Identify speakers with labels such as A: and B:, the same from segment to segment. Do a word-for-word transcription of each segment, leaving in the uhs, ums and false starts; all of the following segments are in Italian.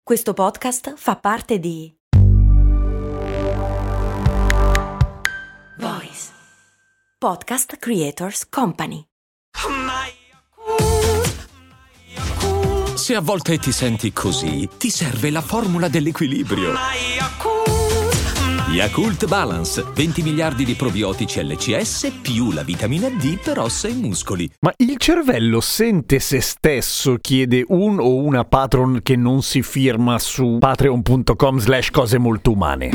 A: Questo podcast fa parte di Voice Podcast Creators Company.
B: Se a volte ti senti così, ti serve la formula dell'equilibrio. Yakult Balance, venti miliardi di probiotici L C S più la vitamina D per ossa e muscoli.
C: Ma il cervello sente se stesso, chiede un o una patron che non si firma su patreon punto com slash cose molto umane.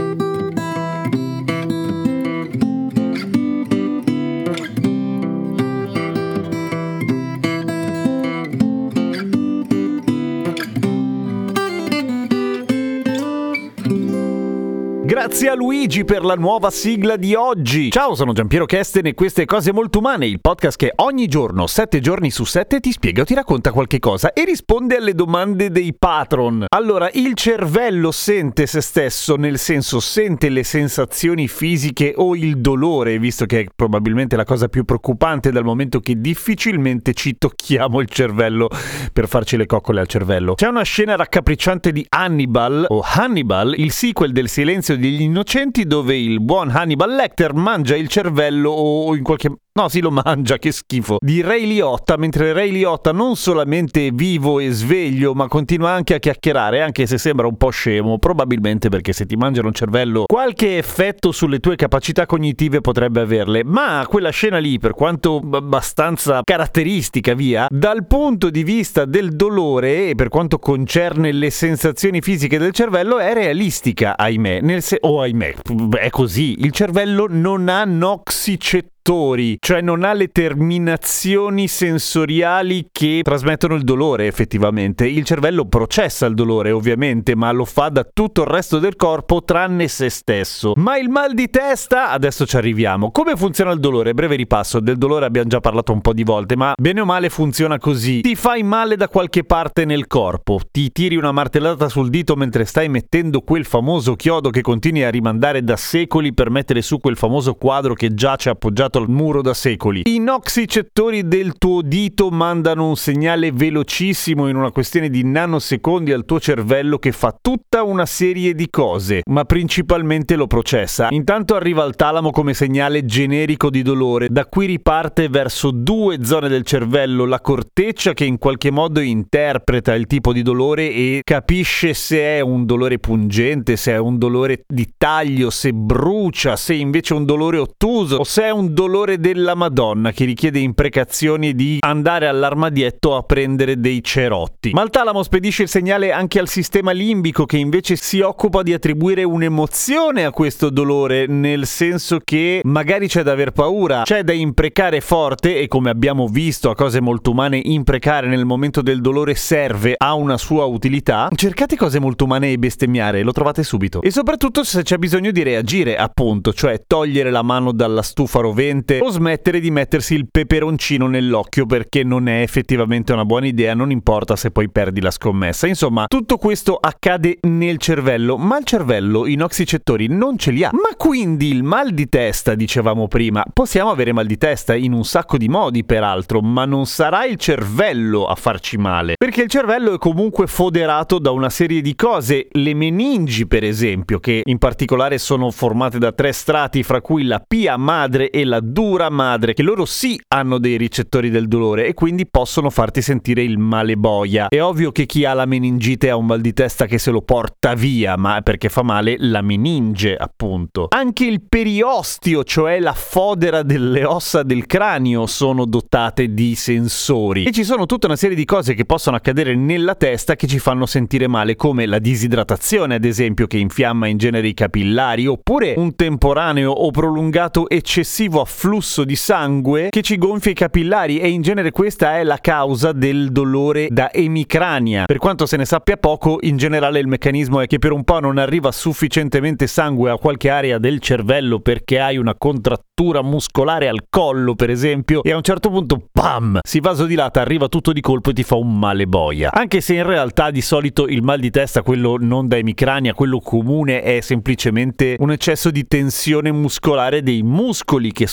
C: Grazie a Luigi per la nuova sigla di oggi. Ciao, sono Giampiero Kesten e queste Cose Molto Umane, il podcast che ogni giorno, sette giorni su sette, ti spiega o ti racconta qualche cosa e risponde alle domande dei patron. Allora, il cervello sente se stesso, nel senso sente le sensazioni fisiche o il dolore, visto che è probabilmente la cosa più preoccupante dal momento che difficilmente ci tocchiamo il cervello per farci le coccole al cervello. C'è una scena raccapricciante di Hannibal, o Hannibal, il sequel del Silenzio degli Innocenti, dove il buon Hannibal Lecter mangia il cervello o in qualche... No, sì, lo mangia, che schifo. Di Ray Liotta, mentre Ray Liotta non solamente è vivo e sveglio, ma continua anche a chiacchierare, anche se sembra un po' scemo, probabilmente perché se ti mangiano un cervello qualche effetto sulle tue capacità cognitive potrebbe averle. Ma quella scena lì, per quanto abbastanza caratteristica, via, dal punto di vista del dolore e per quanto concerne le sensazioni fisiche del cervello, è realistica, ahimè. Nel se- oh, ahimè, è così. Il cervello non ha noxicettori, cioè non ha le terminazioni sensoriali che trasmettono il dolore effettivamente. Il cervello processa il dolore ovviamente, ma lo fa da tutto il resto del corpo tranne se stesso. Ma il mal di testa, adesso ci arriviamo. Come funziona il dolore? Breve ripasso, del dolore abbiamo già parlato un po' di volte, ma bene o male funziona così. Ti fai male da qualche parte nel corpo, ti tiri una martellata sul dito mentre stai mettendo quel famoso chiodo che continui a rimandare da secoli per mettere su quel famoso quadro che giace appoggiato al muro da secoli. I noxicettori del tuo dito mandano un segnale velocissimo in una questione di nanosecondi al tuo cervello che fa tutta una serie di cose, ma principalmente lo processa. Intanto arriva al talamo come segnale generico di dolore, da cui riparte verso due zone del cervello: la corteccia, che in qualche modo interpreta il tipo di dolore e capisce se è un dolore pungente, se è un dolore di taglio, se brucia, se invece è un dolore ottuso o se è un dolore della Madonna che richiede imprecazioni di andare all'armadietto a prendere dei cerotti. Ma il talamo spedisce il segnale anche al sistema limbico, che invece si occupa di attribuire un'emozione a questo dolore, nel senso che magari c'è da aver paura, c'è da imprecare forte, e come abbiamo visto a Cose Molto Umane, imprecare nel momento del dolore serve, ha una sua utilità. Cercate Cose Molto Umane e bestemmiare, lo trovate subito. E soprattutto se c'è bisogno di reagire, appunto, cioè togliere la mano dalla stufa rovente o smettere di mettersi il peperoncino nell'occhio, perché non è effettivamente una buona idea, non importa se poi perdi la scommessa. Insomma, tutto questo accade nel cervello, ma il cervello i noxicettori non ce li ha. Ma quindi il mal di testa, dicevamo prima, possiamo avere mal di testa in un sacco di modi peraltro, ma non sarà il cervello a farci male, perché il cervello è comunque foderato da una serie di cose. Le meningi, per esempio, che in particolare sono formate da tre strati, fra cui la pia madre e la dura madre, che loro sì hanno dei ricettori del dolore e quindi possono farti sentire il male boia. È ovvio che chi ha la meningite ha un mal di testa che se lo porta via, ma perché fa male la meninge, appunto. Anche il periostio, cioè la fodera delle ossa del cranio, sono dotate di sensori, e ci sono tutta una serie di cose che possono accadere nella testa che ci fanno sentire male, come la disidratazione, ad esempio, che infiamma in genere i capillari, oppure un temporaneo o prolungato eccessivo afflusso di sangue che ci gonfia i capillari, e in genere questa è la causa del dolore da emicrania. Per quanto se ne sappia poco, in generale il meccanismo è che per un po' non arriva sufficientemente sangue a qualche area del cervello perché hai una contrattura muscolare al collo, per esempio, e a un certo punto, bam, si vasodilata, arriva tutto di colpo e ti fa un male boia. Anche se in realtà di solito il mal di testa, quello non da emicrania, quello comune, è semplicemente un eccesso di tensione muscolare dei muscoli che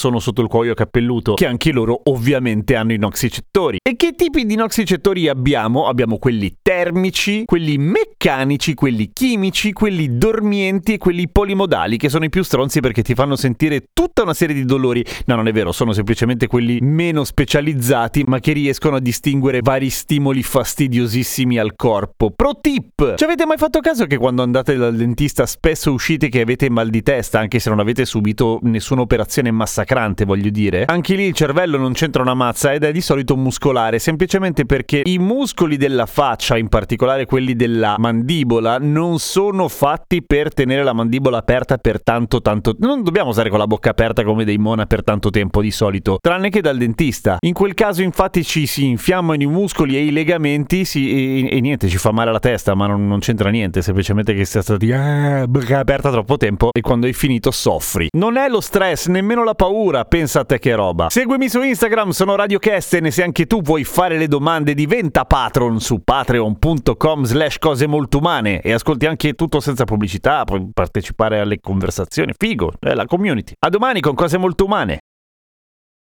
C: sono sotto il cuoio capelluto, che anche loro ovviamente hanno i noxicettori. E che tipi di noxicettori abbiamo? Abbiamo quelli termici, quelli meccanici, quelli chimici, quelli dormienti e quelli polimodali, che sono i più stronzi perché ti fanno sentire tutta una serie di dolori. No, non è vero, sono semplicemente quelli meno specializzati, ma che riescono a distinguere vari stimoli fastidiosissimi al corpo. Pro tip! Ci avete mai fatto caso che quando andate dal dentista spesso uscite che avete mal di testa, anche se non avete subito nessuna operazione massacrante, voglio dire? Anche lì il cervello non c'entra una mazza ed è di solito muscolare, semplicemente perché i muscoli della faccia, in particolare quelli della mandibola, non sono fatti per tenere la mandibola aperta per tanto tanto. Non dobbiamo stare con la bocca aperta come dei mona per tanto tempo di solito, tranne che dal dentista. In quel caso infatti ci si infiammano i muscoli e i legamenti si, e, e niente, ci fa male alla testa, ma non, non c'entra niente, semplicemente che sia stati eh, bocca aperta troppo tempo e quando hai finito soffri. Non è lo stress, nemmeno la paura, pensa a te che roba. Seguimi su Instagram, sono Radio Kesten, e se anche tu vuoi fare le domande diventa patron su patreon punto com slash cose molto umane e ascolti anche tutto senza pubblicità, puoi partecipare alle conversazioni, figo, è la community. A domani con Cose Molto Umane.